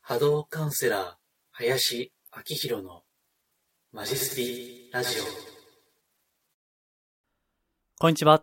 波動カウンセラー林明宏のマジスピラジオ。 こんにちは。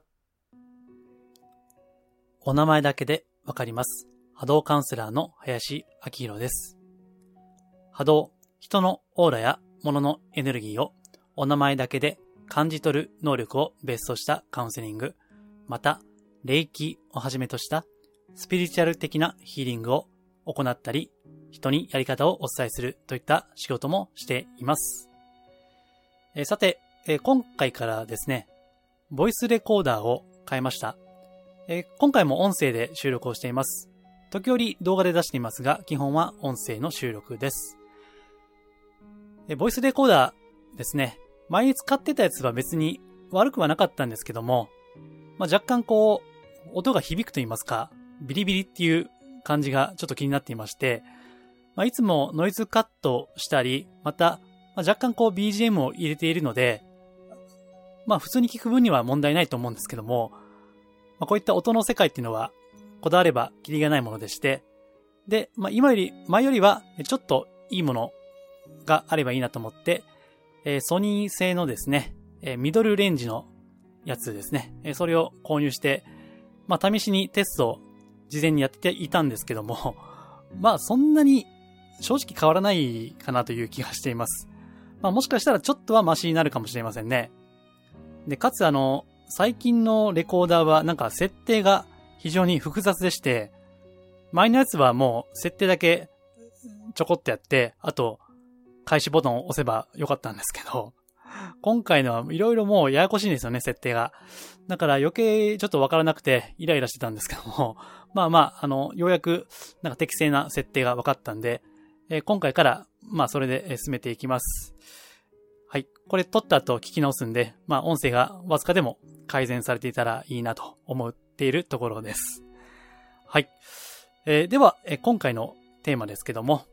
お名前だけでわかります。波動カウンセラーの林明宏です。波動、人のオーラや物のエネルギーをお名前だけで感じ取る能力をベースとしたカウンセリング、また霊気をはじめとしたスピリチュアル的なヒーリングを行ったり、人にやり方をお伝えするといった仕事もしています。さて、今回からですね、ボイスレコーダーを変えました。今回も音声で収録をしています。時折動画で出していますが、基本は音声の収録です。ボイスレコーダーですね、前に使ってたやつは別に悪くはなかったんですけども、若干音が響くと言いますか、ビリビリっていう感じがちょっと気になっていまして、いつもノイズカットしたり、また、若干BGM を入れているので、普通に聞く分には問題ないと思うんですけども、こういった音の世界っていうのは、こだわればキリがないものでして、で、前よりはちょっといいものがあればいいなと思って、ソニー製のですね、ミドルレンジのやつですね、それを購入して、試しにテストを事前にやっていたんですけども、そんなに正直変わらないかなという気がしています。もしかしたらちょっとはマシになるかもしれませんね。で、かつ最近のレコーダーはなんか設定が非常に複雑でして、前のやつはもう設定だけちょこっとやって、あと開始ボタンを押せばよかったんですけど、今回のはいろいろもうややこしいんですよね、設定が。だから余計ちょっとわからなくてイライラしてたんですけども、ようやくなんか適正な設定が分かったんで、今回からそれで進めていきます。はい。これ撮った後聞き直すんで、音声がわずかでも改善されていたらいいなと思っているところです。はい。では、今回のテーマですけども、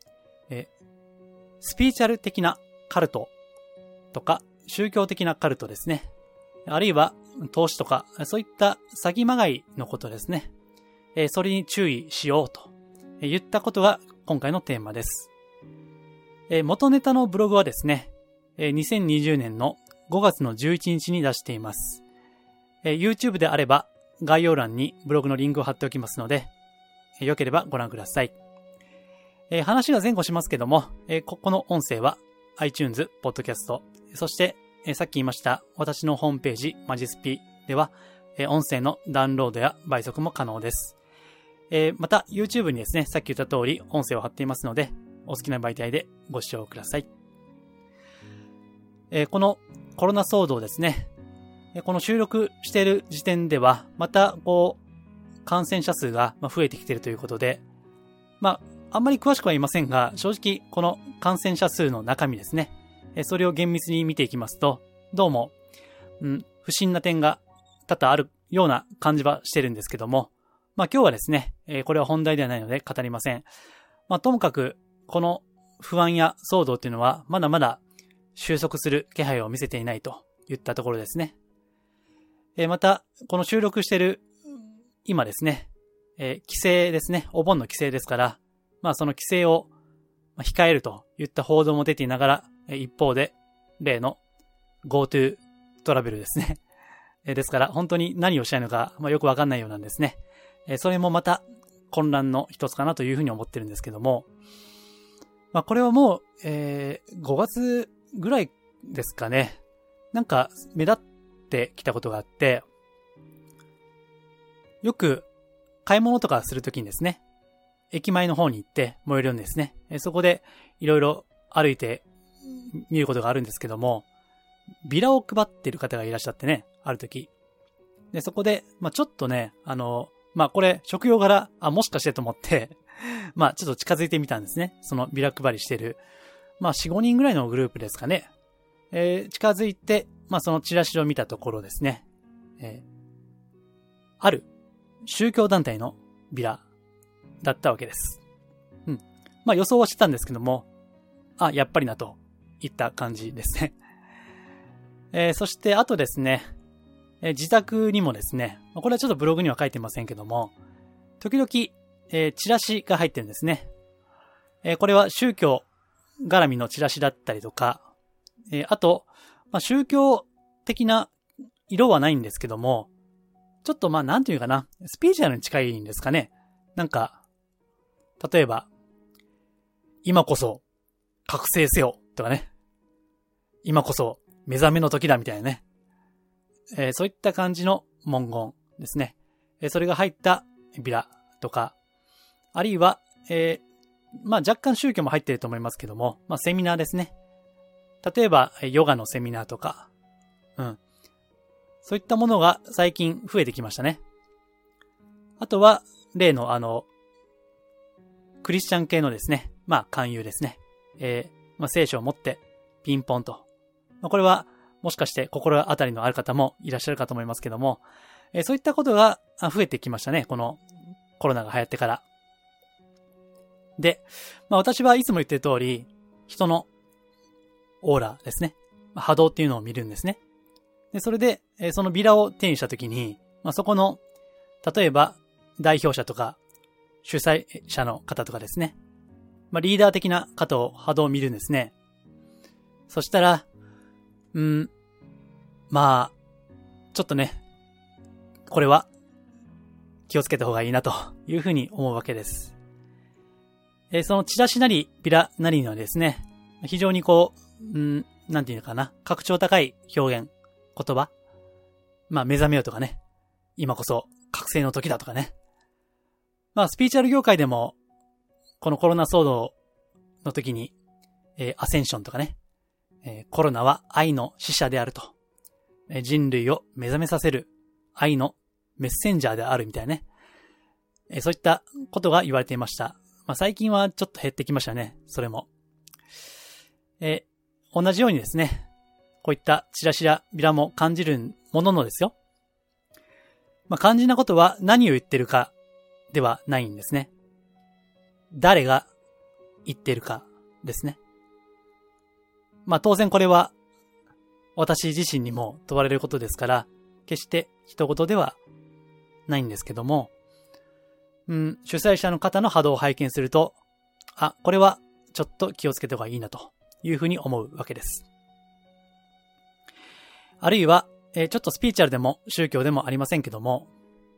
スピリチュアル的なカルトとか宗教的なカルトですね。あるいは投資とかそういった詐欺まがいのことですね。それに注意しようと言ったことが今回のテーマです。元ネタのブログはですね、2020年の5月の11日に出しています。YouTube であれば概要欄にブログのリンクを貼っておきますので、よければご覧ください。話が前後しますけども、この音声は iTunes、Podcast、そして、さっき言いました私のホームページマジスピでは、音声のダウンロードや倍速も可能です。また YouTube にですね、さっき言った通り音声を貼っていますので、お好きな媒体でご視聴ください。このコロナ騒動ですね、この収録している時点ではまた感染者数が増えてきているということで、あんまり詳しくは言いませんが、正直この感染者数の中身ですね、それを厳密に見ていきますと、どうも、不審な点が多々あるような感じはしてるんですけども、今日はですね、これは本題ではないので語りません。ともかく、この不安や騒動っていうのは、まだまだ収束する気配を見せていないといったところですね。また、この収録している今ですね、帰省ですね、お盆の帰省ですから、その帰省を控えるといった報道も出ていながら、一方で、例の GoTo トラベルですね。ですから、本当に何をしたいのか、よくわかんないようなんですね。それもまた混乱の一つかなというふうに思ってるんですけども、これはもう、5月ぐらいですかね。なんか目立ってきたことがあって、よく買い物とかするときにですね、駅前の方に行って燃えるんですね。そこでいろいろ歩いて見ることがあるんですけども、ビラを配っている方がいらっしゃってね、あるとき。で、そこで、ちょっとね、これ、食用柄、もしかしてと思って、ちょっと近づいてみたんですね。そのビラ配りしてる、4、5人ぐらいのグループですかね。近づいて、そのチラシを見たところですね。ある宗教団体のビラだったわけです。予想はしてたんですけども、やっぱりなといった感じですね。そして、あとですね、自宅にもですね、これはちょっとブログには書いてませんけども、時々、チラシが入ってるんですね。 これは宗教絡みのチラシだったりとか、あと、宗教的な色はないんですけども、ちょっとなんていうかな、スピリチュアルに近いんですかね。なんか、例えば、今こそ覚醒せよとかね。今こそ目覚めの時だみたいなね。そういった感じの文言ですね。それが入ったビラとか、あるいは、若干宗教も入っていると思いますけども、セミナーですね。例えば、ヨガのセミナーとか、そういったものが最近増えてきましたね。あとは、例のクリスチャン系のですね、勧誘ですね。聖書を持ってピンポンと。これは、もしかして心当たりのある方もいらっしゃるかと思いますけども、そういったことが増えてきましたね。このコロナが流行ってから。で、私はいつも言ってる通り、人のオーラですね。波動っていうのを見るんですね。で、それで、そのビラを手にしたときに、そこの、例えば、代表者とか、主催者の方とかですね。リーダー的な方を波動を見るんですね。そしたら、ちょっとね、これは、気をつけた方がいいなというふうに思うわけです。そのチラシなり、ビラなりにはですね、非常になんていうのかな、格調高い表現、言葉。目覚めようとかね。今こそ覚醒の時だとかね。スピリチュアル業界でも、このコロナ騒動の時に、アセンションとかね。コロナは愛の使者であると。人類を目覚めさせる愛のメッセンジャーであるみたいなね。そういったことが言われていました。最近はちょっと減ってきましたね。それも。同じようにですね、こういったチラシやビラも感じるもののですよ。肝心なことは何を言ってるかではないんですね。誰が言ってるかですね。当然これは私自身にも問われることですから、決して一言ではないんですけども、主催者の方の波動を拝見すると、これはちょっと気をつけた方がいいなというふうに思うわけです。あるいは、ちょっとスピリチュアルでも宗教でもありませんけども、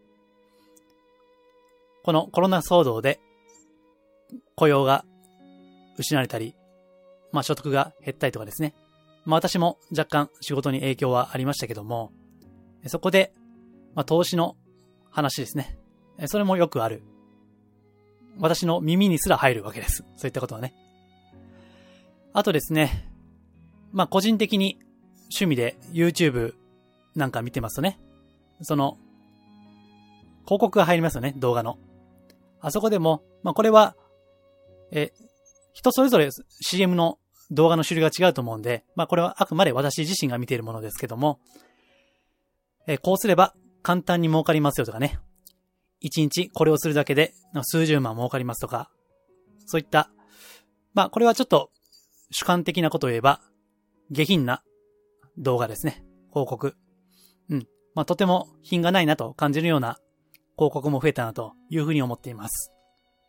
このコロナ騒動で雇用が失われたり、所得が減ったりとかですね。私も若干仕事に影響はありましたけども、そこで、投資の話ですね。それもよくある。私の耳にすら入るわけです。そういったことはね。あとですね、個人的に趣味で YouTube なんか見てますとね、その、広告が入りますよね、動画の。あそこでも、これは、人それぞれ CM の動画の種類が違うと思うんで、これはあくまで私自身が見ているものですけども、こうすれば簡単に儲かりますよとかね、1日これをするだけで数十万儲かりますとか、そういった、これはちょっと主観的なことを言えば、下品な動画ですね、広告。とても品がないなと感じるような広告も増えたなというふうに思っています。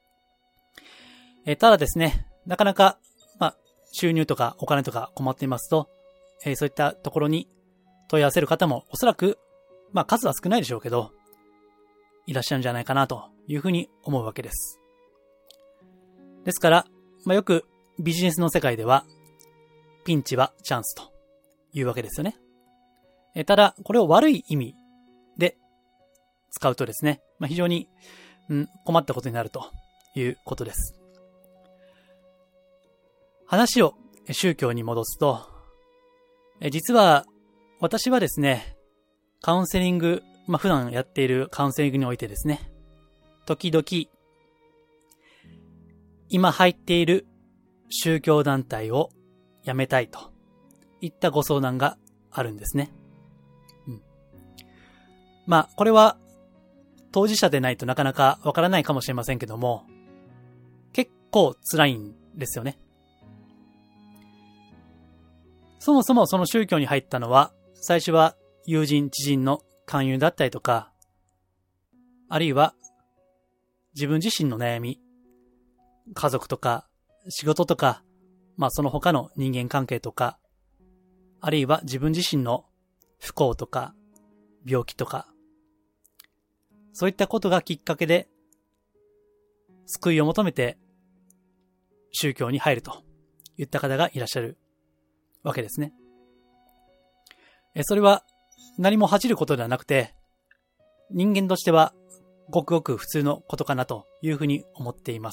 ただですね、なかなか、収入とかお金とか困っていますと、そういったところに問い合わせる方もおそらく、数は少ないでしょうけど、いらっしゃるんじゃないかなというふうに思うわけです。ですから、よくビジネスの世界では、ピンチはチャンスというわけですよね。ただ、これを悪い意味で使うとですね、非常に、困ったことになるということです。話を宗教に戻すと、実は私はですね、カウンセリング、普段やっているカウンセリングにおいてですね、時々、今入っている宗教団体を辞めたいといったご相談があるんですね。これは当事者でないとなかなかわからないかもしれませんけども、結構辛いんですよね。そもそもその宗教に入ったのは、最初は友人知人の勧誘だったりとか、あるいは自分自身の悩み、家族とか仕事とか、その他の人間関係とか、あるいは自分自身の不幸とか、病気とか、そういったことがきっかけで、救いを求めて宗教に入るといった方がいらっしゃるわけですね。それは何も恥じることではなくて、人間としてはごくごく普通のことかなというふうに思っています。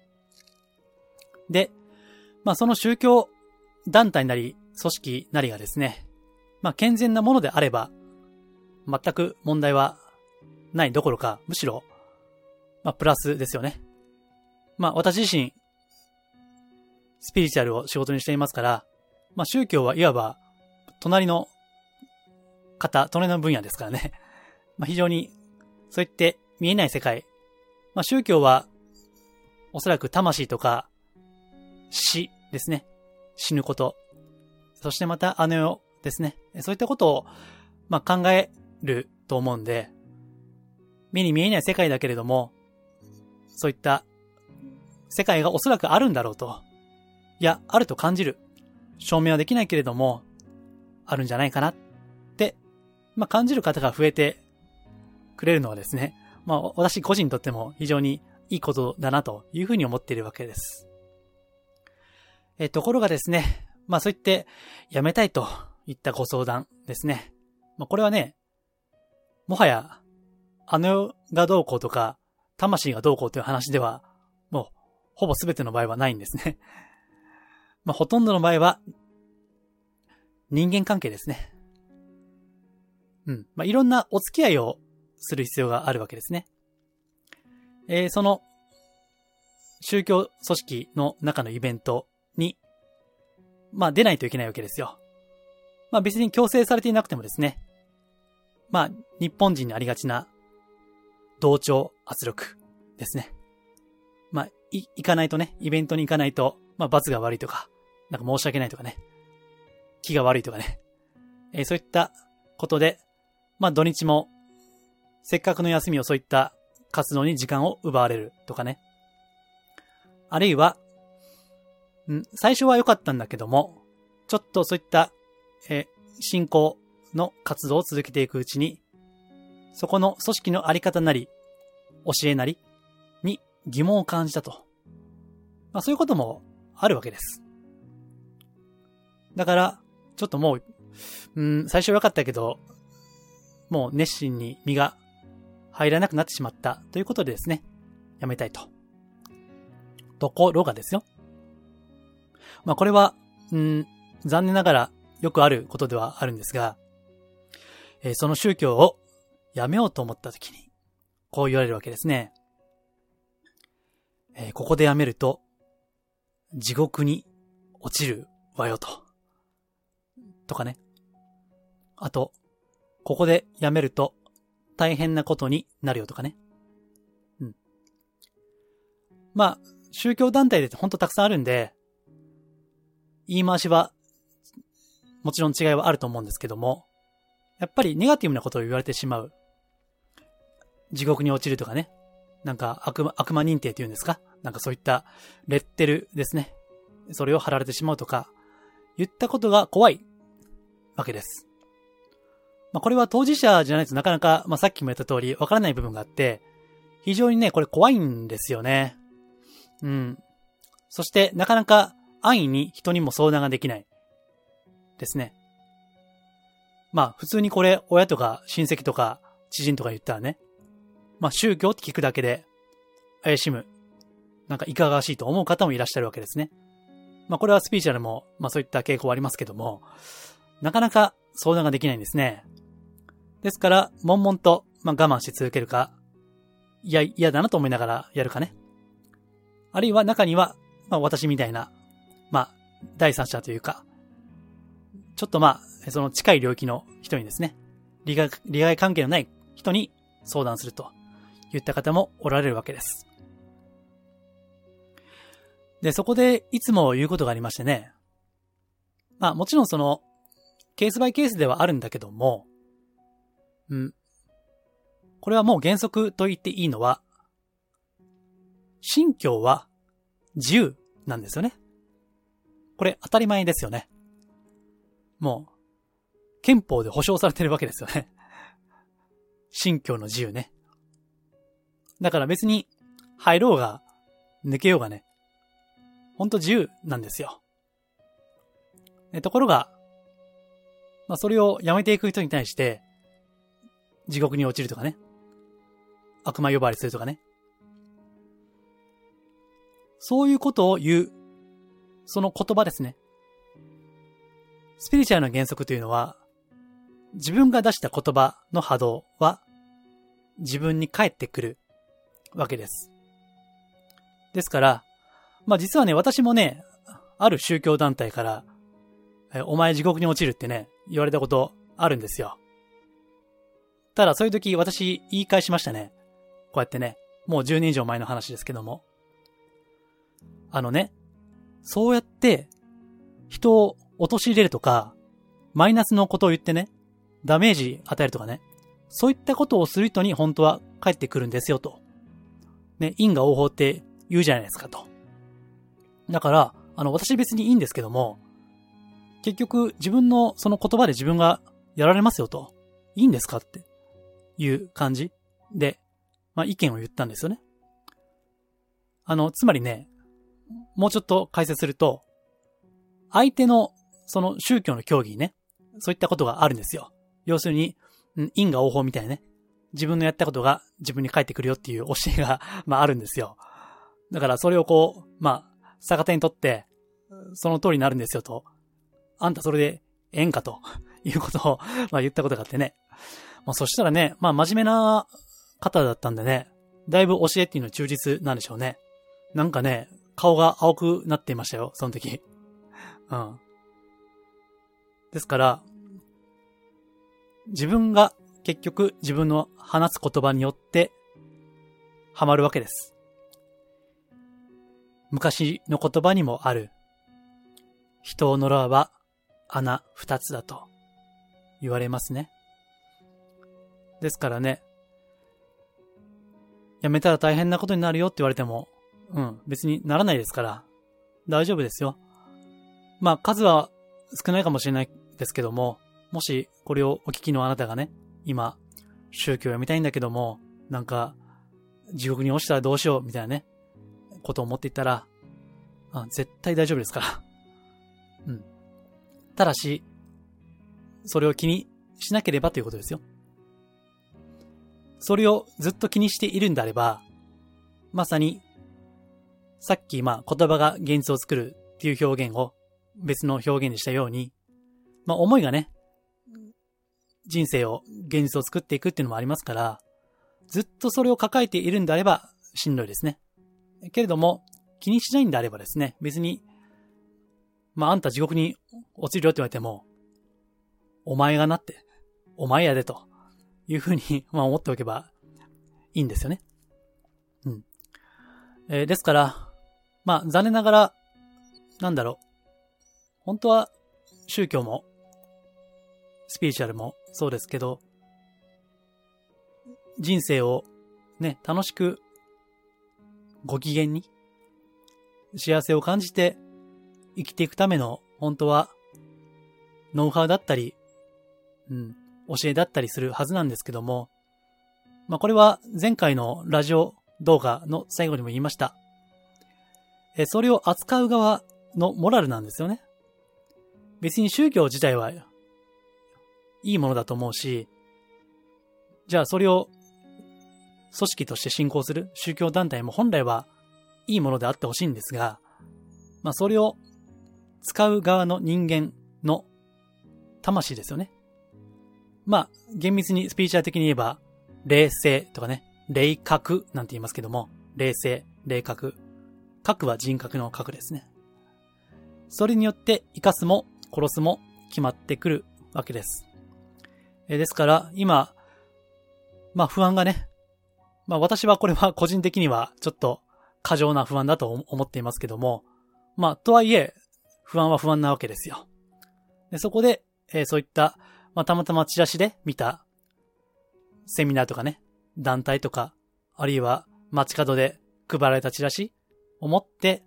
で、その宗教団体なり組織なりがですね、健全なものであれば、全く問題はないどころか、むしろ、プラスですよね。私自身、スピリチュアルを仕事にしていますから、宗教はいわば、隣の分野ですからね。非常に、そういって見えない世界。宗教は、おそらく魂とか、死ですね。死ぬこと。そしてまたあの世ですね。そういったことを、考えると思うんで、目に見えない世界だけれども、そういった世界がおそらくあるんだろうと。いや、あると感じる。証明はできないけれども、あるんじゃないかなって、感じる方が増えてくれるのはですね、私個人にとっても非常にいいことだなというふうに思っているわけです。ところがですね、そう言ってやめたいといったご相談ですね。これはね、もはや、あの世がどうこうとか、魂がどうこうという話では、もう、ほぼ全ての場合はないんですね。ほとんどの場合は、人間関係ですね。いろんなお付き合いをする必要があるわけですね。その、宗教組織の中のイベントに、出ないといけないわけですよ。別に強制されていなくてもですね、日本人にありがちな、同調圧力ですね。行かないとね、イベントに行かないと、罰が悪いとか、申し訳ないとかね、気が悪いとかね、そういったことで、土日も、せっかくの休みをそういった活動に時間を奪われるとかね。あるいは、最初は良かったんだけども、ちょっとそういった、信仰の活動を続けていくうちに、そこの組織のあり方なり、教えなりに疑問を感じたと。そういうこともあるわけです。だから、ちょっともう、最初は良かったけど、もう熱心に身が入らなくなってしまったということでですね、やめたいと。ところがですよ。これは、残念ながらよくあることではあるんですが、その宗教をやめようと思ったときに、こう言われるわけですね。ここでやめると、地獄に落ちるわよと。とかね。あと、ここでやめると、大変なことになるよとかね。宗教団体でほんとたくさんあるんで、言い回しは、もちろん違いはあると思うんですけども、やっぱりネガティブなことを言われてしまう。地獄に落ちるとかね。悪魔認定っていうんですか？そういったレッテルですね。それを貼られてしまうとか、言ったことが怖いわけです。これは当事者じゃないとなかなか、さっきも言った通りわからない部分があって、非常にね、これ怖いんですよね。そしてなかなか安易に人にも相談ができないですね。普通にこれ親とか親戚とか知人とか言ったらね、宗教って聞くだけで怪しむ、いかがわしいと思う方もいらっしゃるわけですね。これはスピーチュアルもそういった傾向はありますけども、なかなか相談ができないんですね。ですから悶々と我慢して続けるか、嫌だなと思いながらやるかね。あるいは中には私みたいな第三者というか、ちょっとその近い領域の人にですね、利害関係のない人に相談するといった方もおられるわけです。で、そこでいつも言うことがありましてね、もちろんその、ケースバイケースではあるんだけども、これはもう原則と言っていいのは、信教は自由なんですよね。これ当たり前ですよね。もう、憲法で保障されてるわけですよね。信教の自由ね。だから別に入ろうが抜けようがね、ほんと自由なんですよ。ところが、それをやめていく人に対して、地獄に落ちるとかね、悪魔呼ばわりするとかね、そういうことを言う、その言葉ですね。スピリチュアルな原則というのは、自分が出した言葉の波動は自分に返ってくるわけです。ですから、実はね、私もね、ある宗教団体から、お前地獄に落ちるってね、言われたことあるんですよ。ただそういう時私言い返しましたね。こうやってね、もう10年以上前の話ですけども。そうやって人を陥れるとか、マイナスのことを言ってね、ダメージ与えるとかね、そういったことをする人に本当は返ってくるんですよと。ね、因果応報って言うじゃないですかと。だから、私別にいいんですけども、結局自分のその言葉で自分がやられますよと。いいんですかっていう感じで、意見を言ったんですよね。つまりね、もうちょっと解説すると、相手のその宗教の教義にね、そういったことがあるんですよ。要するに、因果応報みたいなね、自分のやったことが自分に返ってくるよっていう教えが、あるんですよ。だからそれをこう、逆手にとって、その通りになるんですよと。あんたそれでええんかということを、言ったことがあってね。そしたらね、真面目な方だったんでね、だいぶ教えっていうのは忠実なんでしょうね。なんかね、顔が青くなっていましたよ、その時。ですから、自分が結局自分の話す言葉によってハマるわけです。昔の言葉にもある、人を呪わば穴二つだと言われますね。ですからね、やめたら大変なことになるよって言われても、別にならないですから、大丈夫ですよ。数は少ないかもしれないですけども、もしこれをお聞きのあなたがね、今、宗教をやめたいんだけども、なんか、地獄に落ちたらどうしようみたいなね、ことを思っていったら、絶対大丈夫ですから。ただし、それを気にしなければということですよ。それをずっと気にしているんであれば、まさに、さっき言葉が現実を作るっていう表現を別の表現にしたように、思いがね、人生を、現実を作っていくっていうのもありますから、ずっとそれを抱えているんであればしんどいですね。けれども、気にしないんであればですね、別に、あんた地獄に落ちるよって言われても、お前がなって、お前やでというふうに、思っておけばいいんですよね。ですから、残念ながら、本当は宗教も、スピリチュアルもそうですけど、人生をね、楽しく、ご機嫌に、幸せを感じて生きていくための、本当は、ノウハウだったり、教えだったりするはずなんですけども、これは前回のラジオ動画の最後にも言いました。それを扱う側のモラルなんですよね。別に宗教自体はいいものだと思うし、じゃあそれを組織として信仰する宗教団体も本来はいいものであってほしいんですが、それを使う側の人間の魂ですよね。厳密にスピリチュアル的に言えば、霊性とかね、霊格なんて言いますけども、霊性、霊格。格は人格の格ですね。それによって生かすも殺すも決まってくるわけです。ですから今、不安がね、私はこれは個人的にはちょっと過剰な不安だと思っていますけども、とはいえ不安は不安なわけですよ。でそこで、そういった、たまたまチラシで見たセミナーとかね、団体とか、あるいは街角で配られたチラシを持って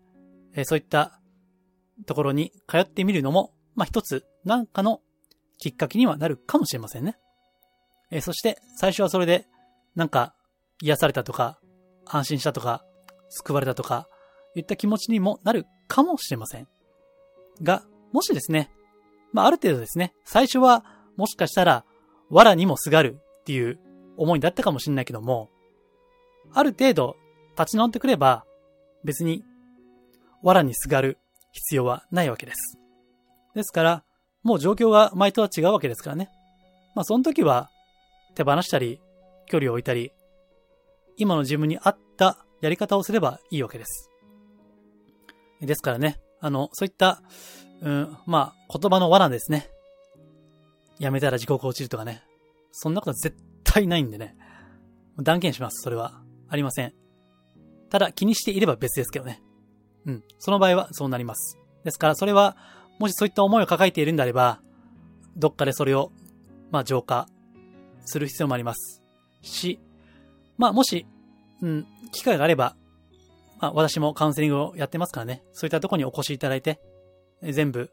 そういったところに通ってみるのも、一つ何かのきっかけにはなるかもしれませんね。そして最初はそれでなんか癒されたとか安心したとか救われたとかいった気持ちにもなるかもしれません。が、もしですね、ある程度ですね、最初はもしかしたら藁にもすがるっていう思いだったかもしれないけども、ある程度立ち直ってくれば別に藁にすがる必要はないわけです。ですから、もう状況が前とは違うわけですからね。その時は手放したり、距離を置いたり、今の自分に合ったやり方をすればいいわけです。ですからね、そういった、言葉の罠ですね。やめたら地獄落ちるとかね。そんなことは絶対ないんでね。断言します、それは。ありません。ただ気にしていれば別ですけどね。その場合はそうなります。ですからそれは、もしそういった思いを抱えているんであれば、どっかでそれを、浄化する必要もありますし、もし、機会があれば、私もカウンセリングをやってますからね、そういったところにお越しいただいて、全部、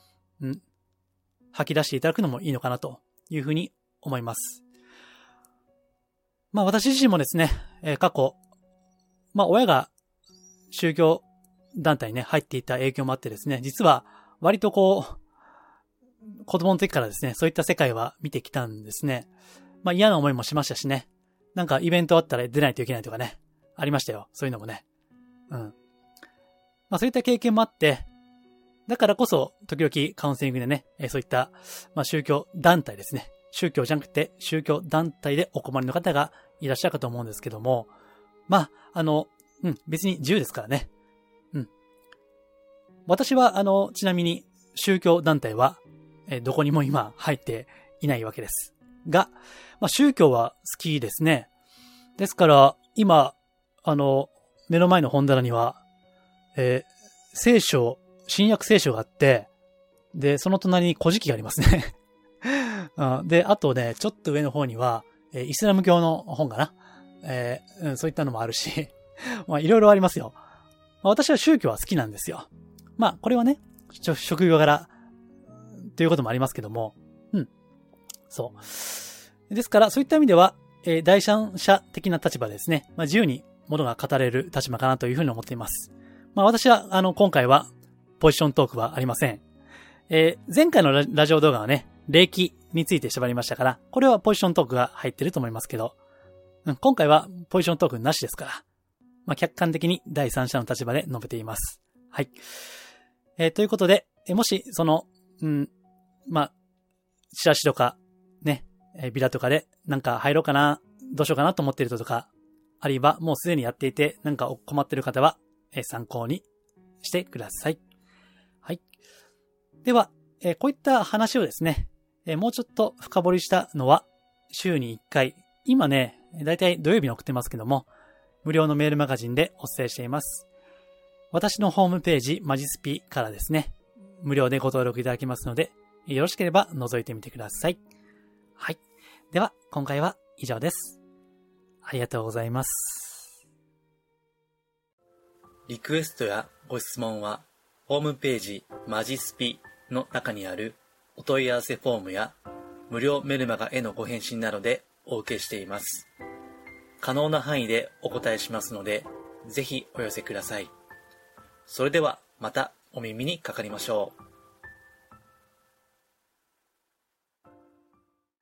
吐き出していただくのもいいのかなというふうに思います。私自身もですね、過去、親が宗教団体にね、入っていた影響もあってですね、実は割と子供の時からですね、そういった世界は見てきたんですね。嫌な思いもしましたしね。なんかイベントあったら出ないといけないとかね。ありましたよ。そういうのもね。そういった経験もあって、だからこそ、時々カウンセリングでね、そういった、宗教団体ですね。宗教じゃなくて、宗教団体でお困りの方がいらっしゃるかと思うんですけども、別に自由ですからね。私は、ちなみに、宗教団体は、どこにも今入っていないわけです。が、宗教は好きですね。ですから、今、目の前の本棚には、聖書、新約聖書があって、で、その隣に古事記がありますね。で、あとね、ちょっと上の方には、イスラム教の本かな。そういったのもあるし、いろいろありますよ。私は宗教は好きなんですよ。これはね、職業柄、ということもありますけども、そう。ですから、そういった意味では、第三者的な立場ですね。自由に物が語れる立場かなというふうに思っています。私は、今回は、ポジショントークはありません。前回のラジオ動画はね、霊気について縛りましたから、これはポジショントークが入ってると思いますけど、今回はポジショントークなしですから、客観的に第三者の立場で述べています。はい。ということで、もし、チラシとか、ね、ビラとかで、なんか入ろうかな、どうしようかなと思っている人とか、あるいはもうすでにやっていて、なんか困っている方は、参考にしてください。はい。では、こういった話をですね、もうちょっと深掘りしたのは、週に1回、今ね、だいたい土曜日に送ってますけども、無料のメールマガジンでお伝えしています。私のホームページ、マジスピからですね、無料でご登録いただけますので、よろしければ覗いてみてください。はい。では、今回は以上です。ありがとうございます。 リクエストやご質問は、ホームページマジスピの中にあるお問い合わせフォームや無料メルマガへのご返信などでお受けしています。可能な範囲でお答えしますので、ぜひお寄せください。それではまたお耳にかかりましょう。